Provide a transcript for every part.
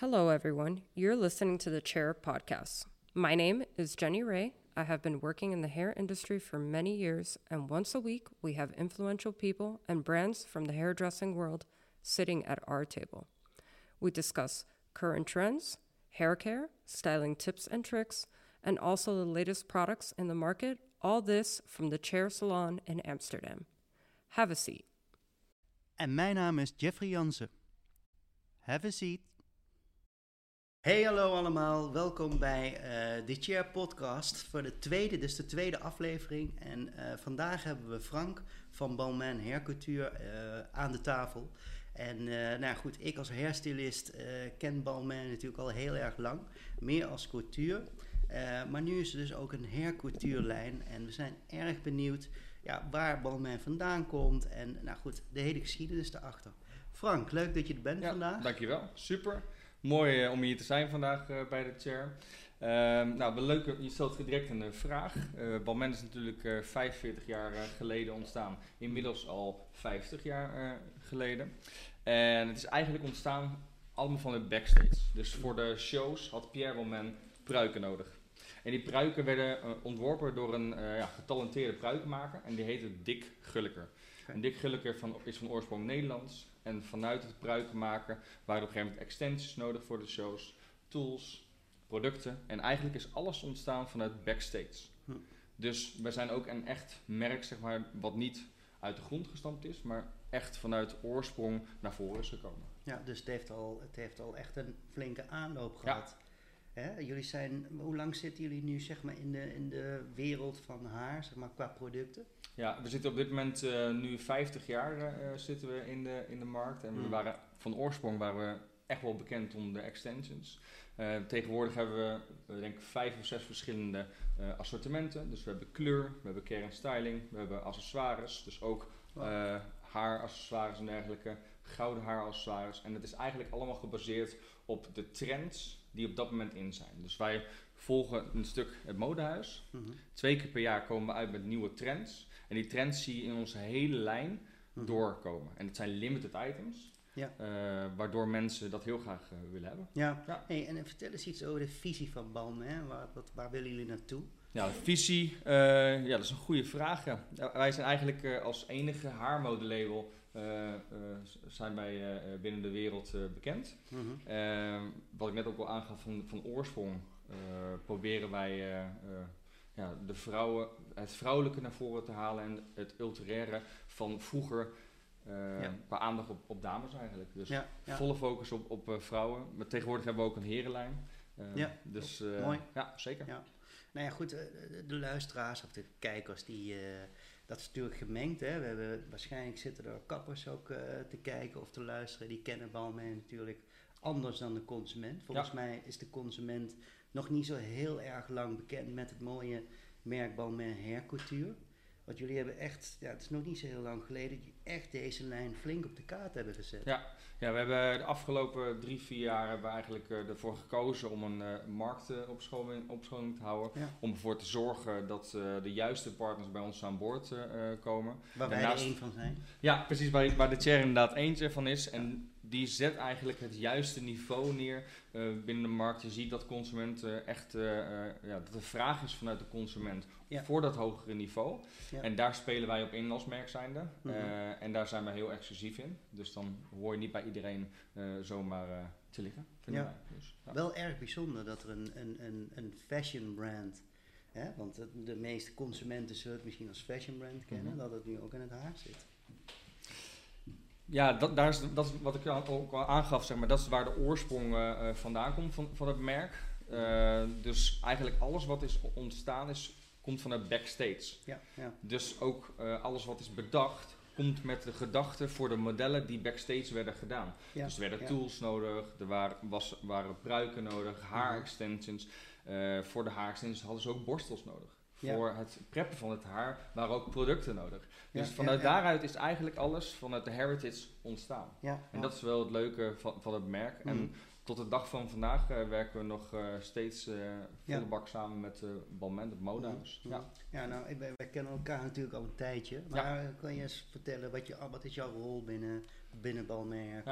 Hello, everyone. You're listening to the Chair Podcast. My name is Jenny Ray. I have been working in the hair industry for many years, and once a week, we have influential people and brands from the hairdressing world sitting at our table. We discuss current trends, hair care, styling tips and tricks, and also the latest products in the market, all this from the Chair Salon in Amsterdam. Have a seat. En mijn naam is Jeffrey Jansen. Have a seat. Hey, hallo allemaal. Welkom bij de Chair Podcast voor de tweede aflevering. En vandaag hebben we Frank van Balmain Hair Couture aan de tafel. En nou goed, ik als hairstylist ken Balmain natuurlijk al heel erg lang. Meer als couture. Maar nu is er dus ook een hair couture lijn. En we zijn erg benieuwd waar Balmain vandaan komt. En nou goed, de hele geschiedenis erachter. Frank, leuk dat je er bent vandaag. Dankjewel. Super. Mooi om hier te zijn vandaag bij de Chair. Wel leuk, je stelt direct een vraag. Balmain is natuurlijk 45 jaar geleden ontstaan. Inmiddels al 50 jaar geleden. En het is eigenlijk ontstaan allemaal van het backstage. Dus voor de shows had Pierre Balmain pruiken nodig. En die pruiken werden ontworpen door een getalenteerde pruikenmaker. En die heette Dick Gulliker. En Dick Gulliker is van oorsprong Nederlands. En vanuit het pruiken maken waren op een gegeven moment extensions nodig voor de shows, tools, producten. En eigenlijk is alles ontstaan vanuit backstage. Dus wij zijn ook een echt merk, zeg maar, wat niet uit de grond gestampt is, maar echt vanuit oorsprong naar voren is gekomen. Ja, dus het heeft al echt een flinke aanloop gehad. Hè? Hoe lang zitten jullie nu, zeg maar, in de wereld van haar, zeg maar, qua producten? Ja, we zitten op dit moment nu 50 jaar zitten we in de markt. En van oorsprong waren we echt wel bekend om de extensions. Tegenwoordig hebben we denk ik 5 of 6 verschillende assortimenten. Dus we hebben kleur, we hebben care en styling, we hebben accessoires. Dus ook haaraccessoires en dergelijke, gouden haaraccessoires. En het is eigenlijk allemaal gebaseerd op de trends die op dat moment in zijn. Dus wij volgen een stuk het modehuis. 2 keer per jaar komen we uit met nieuwe trends. En die trends zie je in onze hele lijn doorkomen. En het zijn limited items. Ja. Waardoor mensen dat heel graag willen hebben. Ja. Hey, en vertel eens iets over de visie van Balmain. Waar willen jullie naartoe? Ja, de visie, dat is een goede vraag. Ja. Wij zijn eigenlijk als enige haarmodelabel zijn wij binnen de wereld bekend. Wat ik net ook al aangaf van oorsprong, proberen wij het vrouwelijke naar voren te halen en het ulteraire van vroeger qua aandacht op dames eigenlijk. Dus volle focus op vrouwen. Maar tegenwoordig hebben we ook een herenlijn. Mooi. Ja, zeker. Ja. Nou ja, goed, de luisteraars of de kijkers, dat is natuurlijk gemengd. Hè? Waarschijnlijk zitten er kappers ook te kijken of te luisteren. Die kennen Balmain natuurlijk anders dan de consument. Volgens mij is de consument nog niet zo heel erg lang bekend met het mooie merk Balmain Hair Couture. Want jullie hebben echt, het is nog niet zo heel lang geleden, dat jullie echt deze lijn flink op de kaart hebben gezet. Ja, we hebben de afgelopen 3-4 jaar hebben we eigenlijk ervoor gekozen om een marktopscholing te houden. Ja. Om ervoor te zorgen dat de juiste partners bij ons aan boord komen. Waar wij er één van zijn. Ja, precies, waar de Chair inderdaad eentje van is. En die zet eigenlijk het juiste niveau neer binnen de markt. Je ziet dat consumenten echt, dat de vraag is vanuit de consument voor dat hogere niveau. Ja. En daar spelen wij op in als merk zijnde. En daar zijn wij heel exclusief in. Dus dan hoor je niet bij iedereen zomaar te liggen. Dus, wel erg bijzonder dat er een fashion brand, want de meeste consumenten zullen het misschien als fashion brand kennen, dat het nu ook in het haar zit. Ja, dat is wat ik ook al aangaf, zeg maar. Dat is waar de oorsprong vandaan komt van het merk. Dus eigenlijk alles wat is ontstaan komt vanuit backstage. Ja. Dus ook alles wat is bedacht komt met de gedachte voor de modellen die backstage werden gedaan. Ja. Dus er werden tools nodig, er waren pruiken nodig, haarextensions. Voor de haarextensions hadden ze ook borstels nodig. Voor het preppen van het haar waren ook producten nodig. Dus vanuit daaruit is eigenlijk alles vanuit de heritage ontstaan. En dat is wel het leuke van het merk. En tot de dag van vandaag werken we nog steeds volle bak samen met Balmain, het modehuis. Nou, wij kennen elkaar natuurlijk al een tijdje. Maar kan je eens vertellen, wat is jouw rol binnen Balmain Hair Couture?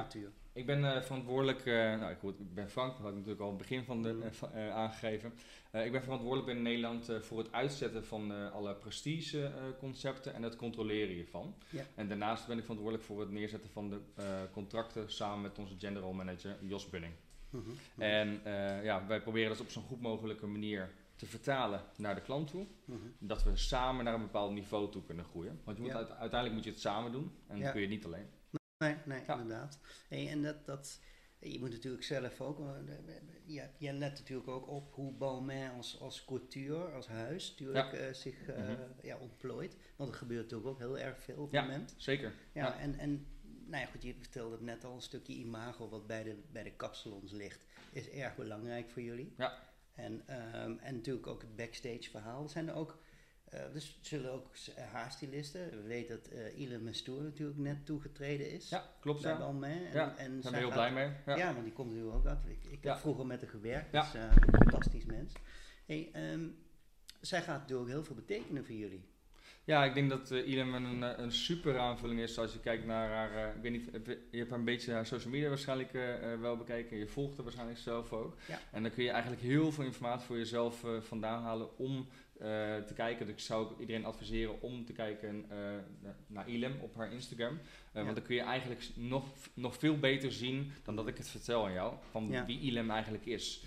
Ik ben verantwoordelijk, ik ben Frank, dat had ik natuurlijk al aan het begin van aangegeven. Ik ben verantwoordelijk binnen Nederland voor het uitzetten van alle prestigeconcepten en het controleren hiervan. Ja. En daarnaast ben ik verantwoordelijk voor het neerzetten van de contracten samen met onze general manager Jos Bunning. Mhm. En wij proberen dat op zo'n goed mogelijke manier te vertalen naar de klant toe. Mhm. Dat we samen naar een bepaald niveau toe kunnen groeien. Want je moet uiteindelijk moet je het samen doen en dat kun je niet alleen. Nee, inderdaad. Hey, en je moet natuurlijk zelf ook, je let natuurlijk ook op hoe Balmain als couture, als huis natuurlijk zich ontplooit. Want er gebeurt natuurlijk ook heel erg veel op het moment. Zeker. Ja, en nou ja, goed, je vertelde het net al, een stukje imago wat bij de kapsalons ligt, is erg belangrijk voor jullie. Ja. En natuurlijk ook het backstage verhaal. Zijn er ook, dus zullen ook haarstylisten, we weten dat Ilem Mestoer natuurlijk net toegetreden is. Ja, klopt. Bij Balmain. En daar zijn we heel blij mee. Ja, want die komt natuurlijk ook uit. Ik heb vroeger met haar gewerkt, dus een fantastisch mens. Hey, zij gaat natuurlijk heel veel betekenen voor jullie. Ja, ik denk dat Ilem een super aanvulling is als je kijkt naar haar, ik weet niet, je hebt een beetje haar social media waarschijnlijk wel bekeken. Je volgt haar waarschijnlijk zelf ook. Ja. En dan kun je eigenlijk heel veel informatie voor jezelf vandaan halen om te kijken. Dus ik zou ook iedereen adviseren om te kijken naar Ilem op haar Instagram. Want dan kun je eigenlijk nog veel beter zien dan dat ik het vertel aan jou. Van wie Ilem eigenlijk is.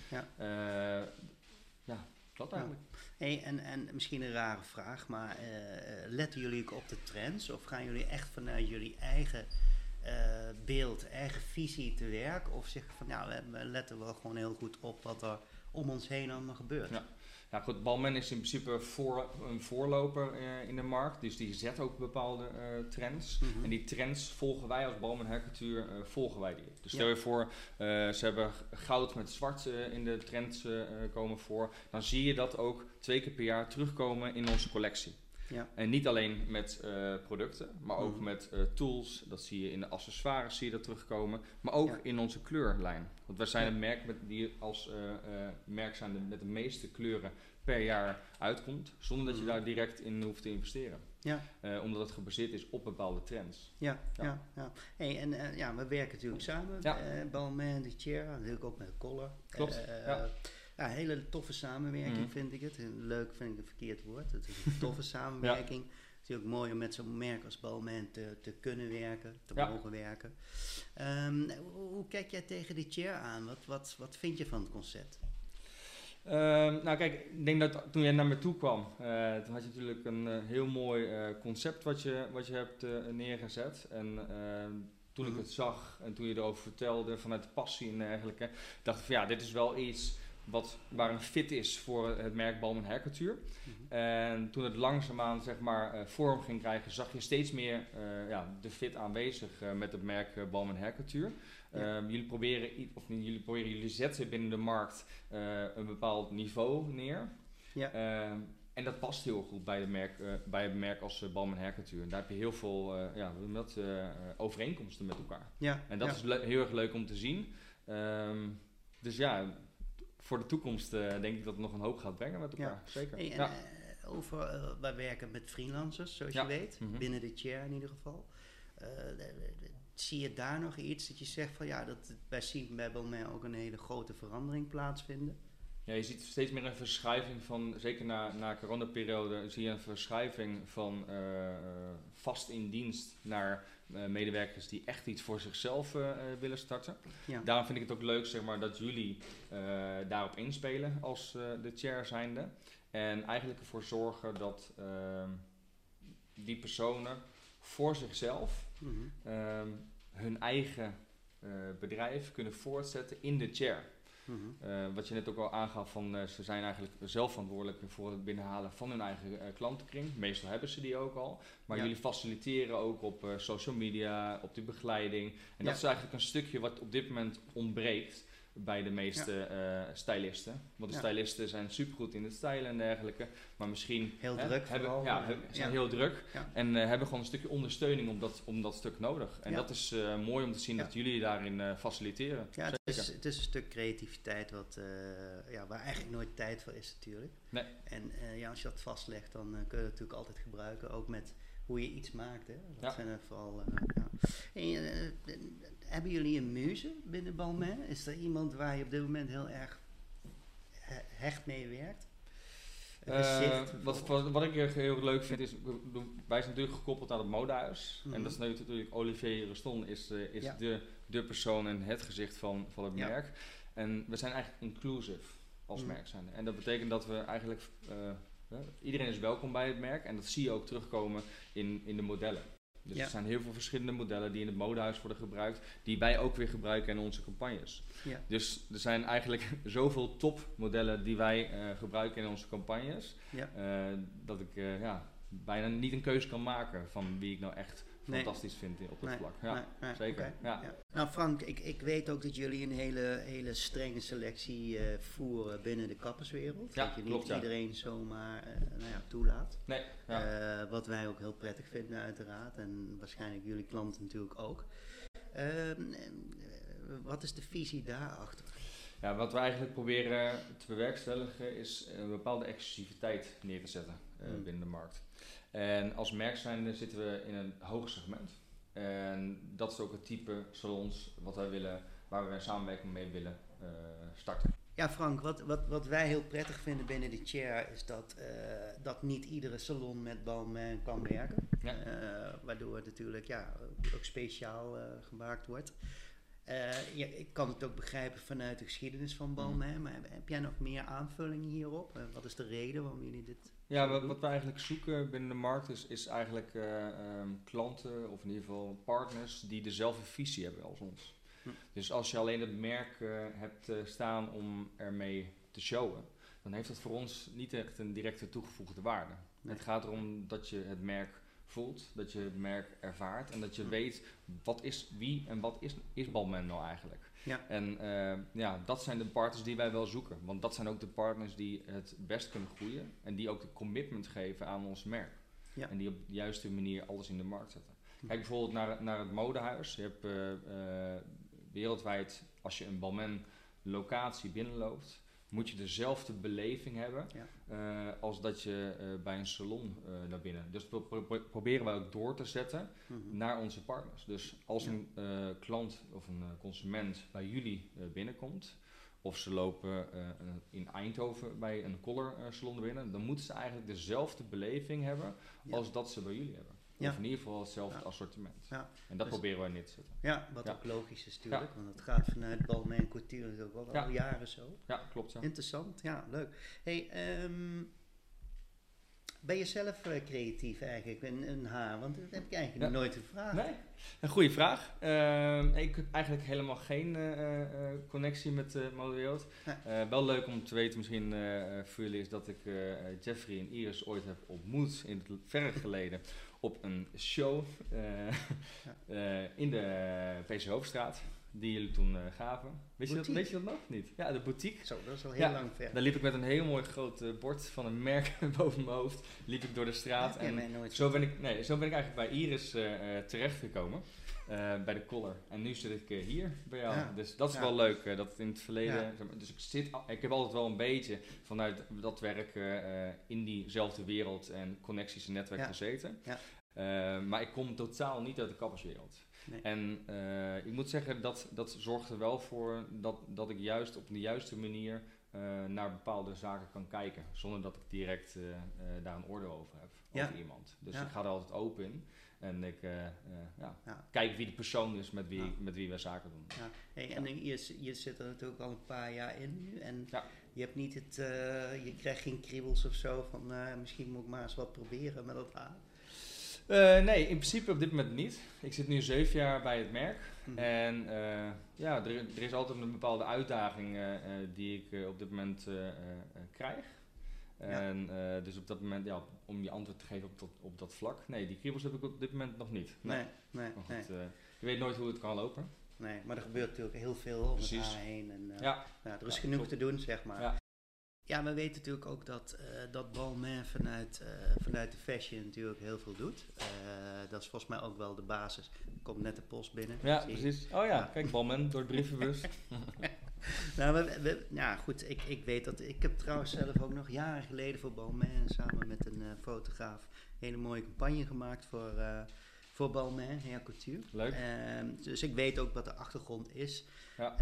Dat eigenlijk. Hey, en misschien een rare vraag, maar letten jullie ook op de trends? Of gaan jullie echt vanuit jullie eigen beeld, eigen visie te werk? Of zeggen van, we letten wel gewoon heel goed op wat er om ons heen allemaal gebeurt? Ja, goed, Balmain is in principe een voorloper in de markt, dus die zet ook bepaalde trends. En die trends volgen wij als Balmain Haircouture, volgen wij die. Dus stel je voor, ze hebben goud met zwart in de trends komen voor, dan zie je dat ook 2 keer per jaar terugkomen in onze collectie. Ja. En niet alleen met producten, maar ook met tools. Dat zie je in de accessoires, zie je dat terugkomen. Maar ook in onze kleurlijn. Want wij zijn een merk die als merk zijn met de meeste kleuren per jaar uitkomt. Zonder dat je daar direct in hoeft te investeren. Ja. Omdat het gebaseerd is op bepaalde trends. Ja. Hey, en we werken natuurlijk samen. Balmain, de Chair, natuurlijk ook met Collar. Klopt, Ja, een hele toffe samenwerking vind ik het. Leuk vind ik een verkeerd woord. Het is een toffe samenwerking. Het is ook mooi om met zo'n merk als Balmain te kunnen werken, te mogen werken. Hoe kijk jij tegen die Chair aan? Wat vind je van het concept? Kijk, ik denk dat toen jij naar me toe kwam, toen had je natuurlijk een heel mooi concept wat je hebt neergezet. En toen ik het zag en toen je erover vertelde vanuit de passie en dergelijke, dacht ik van dit is wel iets waar een fit is voor het merk Balmain Haircouture. En toen het langzaamaan vorm ging krijgen, zag je steeds meer de fit aanwezig met het merk Balmain Haircouture. Jullie zetten binnen de markt een bepaald niveau neer. Ja. En dat past heel goed bij een merk als Balmain Haircouture. En daar heb je heel veel overeenkomsten met elkaar. Ja. En dat is heel erg leuk om te zien. Voor de toekomst denk ik dat het nog een hoop gaat brengen met elkaar. Zeker. Hey, wij werken met freelancers, zoals je weet. Binnen de Chair in ieder geval. Zie je daar nog iets dat je zegt van wij zien bij Balmain ook een hele grote verandering plaatsvinden? Ja, je ziet steeds meer een verschuiving van, zeker na coronaperiode, zie je een verschuiving van vast in dienst naar medewerkers die echt iets voor zichzelf willen starten. Ja. Daarom vind ik het ook leuk dat jullie daarop inspelen als de Chair zijnde. En eigenlijk ervoor zorgen dat die personen voor zichzelf hun eigen bedrijf kunnen voortzetten in de Chair. Wat je net ook al aangaf, ze zijn eigenlijk zelf verantwoordelijk voor het binnenhalen van hun eigen klantenkring. Meestal hebben ze die ook al. Maar jullie faciliteren ook op social media, op de begeleiding. En dat is eigenlijk een stukje wat op dit moment ontbreekt bij de meeste stylisten. Want de stylisten zijn supergoed in het stylen en dergelijke. Maar misschien heel druk zijn heel druk. Ja. En hebben gewoon een stukje ondersteuning om dat stuk nodig. En dat is mooi om te zien dat jullie daarin faciliteren. Ja, het is een stuk creativiteit waar eigenlijk nooit tijd voor is natuurlijk. Nee. En als je dat vastlegt, dan kun je het natuurlijk altijd gebruiken. Ook met hoe je iets maakt. Hè. Dat zijn er vooral... hebben jullie een muze binnen Balmain? Is er iemand waar je op dit moment heel erg hecht mee werkt? Wat ik heel leuk vind is, wij zijn natuurlijk gekoppeld aan het modehuis. En dat is natuurlijk Olivier Reston is de persoon en het gezicht van het merk. En we zijn eigenlijk inclusive als merk zijn. En dat betekent dat we eigenlijk, iedereen is welkom bij het merk. En dat zie je ook terugkomen in de modellen. Dus er zijn heel veel verschillende modellen die in het modehuis worden gebruikt, die wij ook weer gebruiken in onze campagnes. Ja. Dus er zijn eigenlijk zoveel topmodellen die wij gebruiken in onze campagnes, dat ik bijna niet een keuze kan maken van wie ik nou echt fantastisch vind op dat vlak. Ja, zeker. Okay. Ja. Nou Frank, ik weet ook dat jullie een hele strenge selectie voeren binnen de kapperswereld. Ja, dat je niet klopt, iedereen zomaar toelaat. Nee. Ja. Wat wij ook heel prettig vinden uiteraard. En waarschijnlijk jullie klanten natuurlijk ook. Wat is de visie daarachter? Ja, wat we eigenlijk proberen te bewerkstelligen is een bepaalde exclusiviteit neer te zetten binnen de markt. En als merk zijnde zitten we in een hoog segment. En dat is ook het type salons wat wij willen, waar we een samenwerking mee willen starten. Ja Frank, wat wij heel prettig vinden binnen de Chair is dat niet iedere salon met Balmain kan werken. Ja. Waardoor het natuurlijk ook speciaal gemaakt wordt. Ik kan het ook begrijpen vanuit de geschiedenis van Balmain, maar heb jij nog meer aanvullingen hierop? Wat is de reden waarom jullie dit... Ja, wat we eigenlijk zoeken binnen de markt is eigenlijk klanten of in ieder geval partners die dezelfde visie hebben als ons. Dus als je alleen het merk hebt staan om ermee te showen, dan heeft dat voor ons niet echt een directe toegevoegde waarde. Nee. Het gaat erom dat je het merk voelt, dat je het merk ervaart en dat je weet wat is Balmain nou eigenlijk. Ja. En dat zijn de partners die wij wel zoeken. Want dat zijn ook de partners die het best kunnen groeien en die ook de commitment geven aan ons merk. Ja. En die op de juiste manier alles in de markt zetten. Kijk bijvoorbeeld naar het modehuis. Je hebt wereldwijd, als je een Balmain locatie binnenloopt, moet je dezelfde beleving hebben als dat je bij een salon naar binnen. Dus proberen wij ook door te zetten naar onze partners. Dus als een klant of een consument bij jullie binnenkomt, of ze lopen in Eindhoven bij een color salon binnen, dan moeten ze eigenlijk dezelfde beleving hebben als dat ze bij jullie hebben. Ja. Of in ieder geval hetzelfde assortiment. Ja. En dat proberen wij neer te zetten. Ja, wat ook logisch is natuurlijk. Want het gaat vanuit Balmain Couture natuurlijk ook al jaren zo. Ja, klopt. Ja. Interessant, ja, leuk. Hey, ben je zelf creatief eigenlijk in haar? Want dat heb ik eigenlijk nog nooit gevraagd. Nee, een goede vraag. Ik heb eigenlijk helemaal geen connectie met de modewereld. Wel leuk om te weten misschien voor jullie is dat ik Jeffrey en Iris ooit heb ontmoet in het verre geleden op een show in de PC Hoofdstraat. Die jullie toen gaven. Weet je dat nog? Niet? Ja, de boutique. Zo, dat is al heel lang ver. Daar liep ik met een heel mooi groot bord van een merk boven mijn hoofd. Liep ik door de straat. Zo ben ik eigenlijk bij Iris terechtgekomen. Bij de collar. En nu zit ik hier bij jou. Ja. Dus dat is wel leuk. Dat in het verleden... Ja. Dus ik heb altijd wel een beetje vanuit dat werk in diezelfde wereld en connecties en netwerk gezeten. Ja. Maar ik kom totaal niet uit de kapperswereld. Nee. En ik moet zeggen, dat zorgt er wel voor dat ik juist op de juiste manier naar bepaalde zaken kan kijken. Zonder dat ik direct daar een oordeel over heb, over iemand. Dus ik ga er altijd open in. En ik kijk wie de persoon is met wie wij zaken doen. Ja. Hey, en je zit er natuurlijk al een paar jaar in nu. En je hebt niet je krijgt geen kriebels of zo van misschien moet ik maar eens wat proberen met dat haar. Nee, in principe op dit moment niet. Ik zit nu 7 jaar bij het merk. En er is altijd een bepaalde uitdaging die ik op dit moment krijg. En dus op dat moment, om je antwoord te geven op dat vlak. Nee, die kriebels heb ik op dit moment nog niet. Nee. Je weet nooit hoe het kan lopen. Nee, maar er gebeurt natuurlijk heel veel om het haar heen. En, er is genoeg te doen, zeg maar. Ja, we weten natuurlijk ook dat Balmain vanuit de fashion natuurlijk heel veel doet. Dat is volgens mij ook wel de basis. Er komt net de post binnen. Ja, precies. Oh ja, kijk, Balmain door de brievenbus. Goed, ik weet dat... Ik heb trouwens zelf ook nog jaren geleden voor Balmain samen met een fotograaf een hele mooie campagne gemaakt voor Balmain Hair Couture. Leuk. Dus ik weet ook wat de achtergrond is. Ja.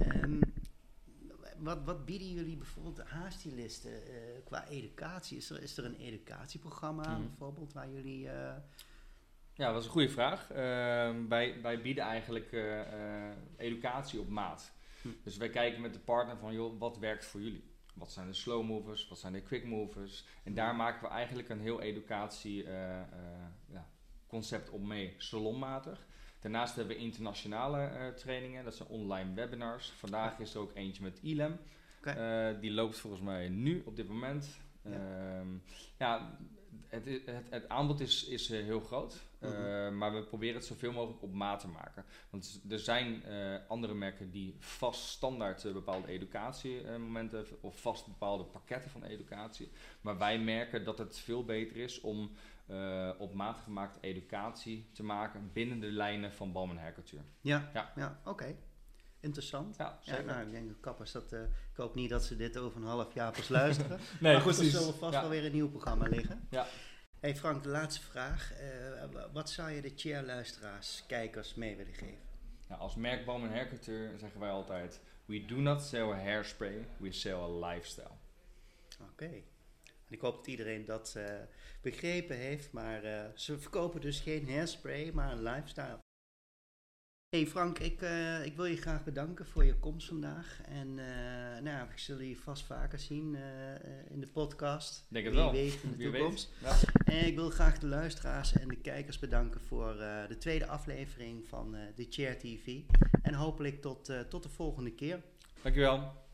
Wat bieden jullie bijvoorbeeld de haarstylisten qua educatie? Is er een educatieprogramma bijvoorbeeld waar jullie... Ja, dat is een goede vraag. Wij bieden eigenlijk educatie op maat. Dus wij kijken met de partner van, joh, wat werkt voor jullie? Wat zijn de slow movers? Wat zijn de quick movers? En daar maken we eigenlijk een heel educatieconcept op mee, salonmatig. Daarnaast hebben we internationale trainingen, dat zijn online webinars. Vandaag is er ook eentje met ILEM. Okay. Die loopt volgens mij nu op dit moment. Het aanbod is heel groot, maar we proberen het zoveel mogelijk op maat te maken. Want er zijn andere merken die vast standaard bepaalde educatiemomenten of vast bepaalde pakketten van educatie. Maar wij merken dat het veel beter is om op maat gemaakte educatie te maken binnen de lijnen van Balmain Hair Couture. Ja, oké. Interessant. Ja, ik denk de kappers ik hoop niet dat ze dit over een half jaar pas luisteren. Nee, maar goed, er zal vast wel weer een nieuw programma liggen. Ja. Hey Frank, de laatste vraag. Wat zou je de chair-luisteraars, kijkers mee willen geven? Ja, als merk Balmain Hair Couture zeggen wij altijd: we do not sell a hairspray, we sell a lifestyle. Oké. En ik hoop dat iedereen dat begrepen heeft, maar ze verkopen dus geen hairspray, maar een lifestyle. Hey Frank, ik wil je graag bedanken voor je komst vandaag. En ik zal je vast vaker zien in de podcast. Denk het wel. Wie weet in de toekomst. Ja. En ik wil graag de luisteraars en de kijkers bedanken voor de tweede aflevering van The Chair TV. En hopelijk tot de volgende keer. Dankjewel.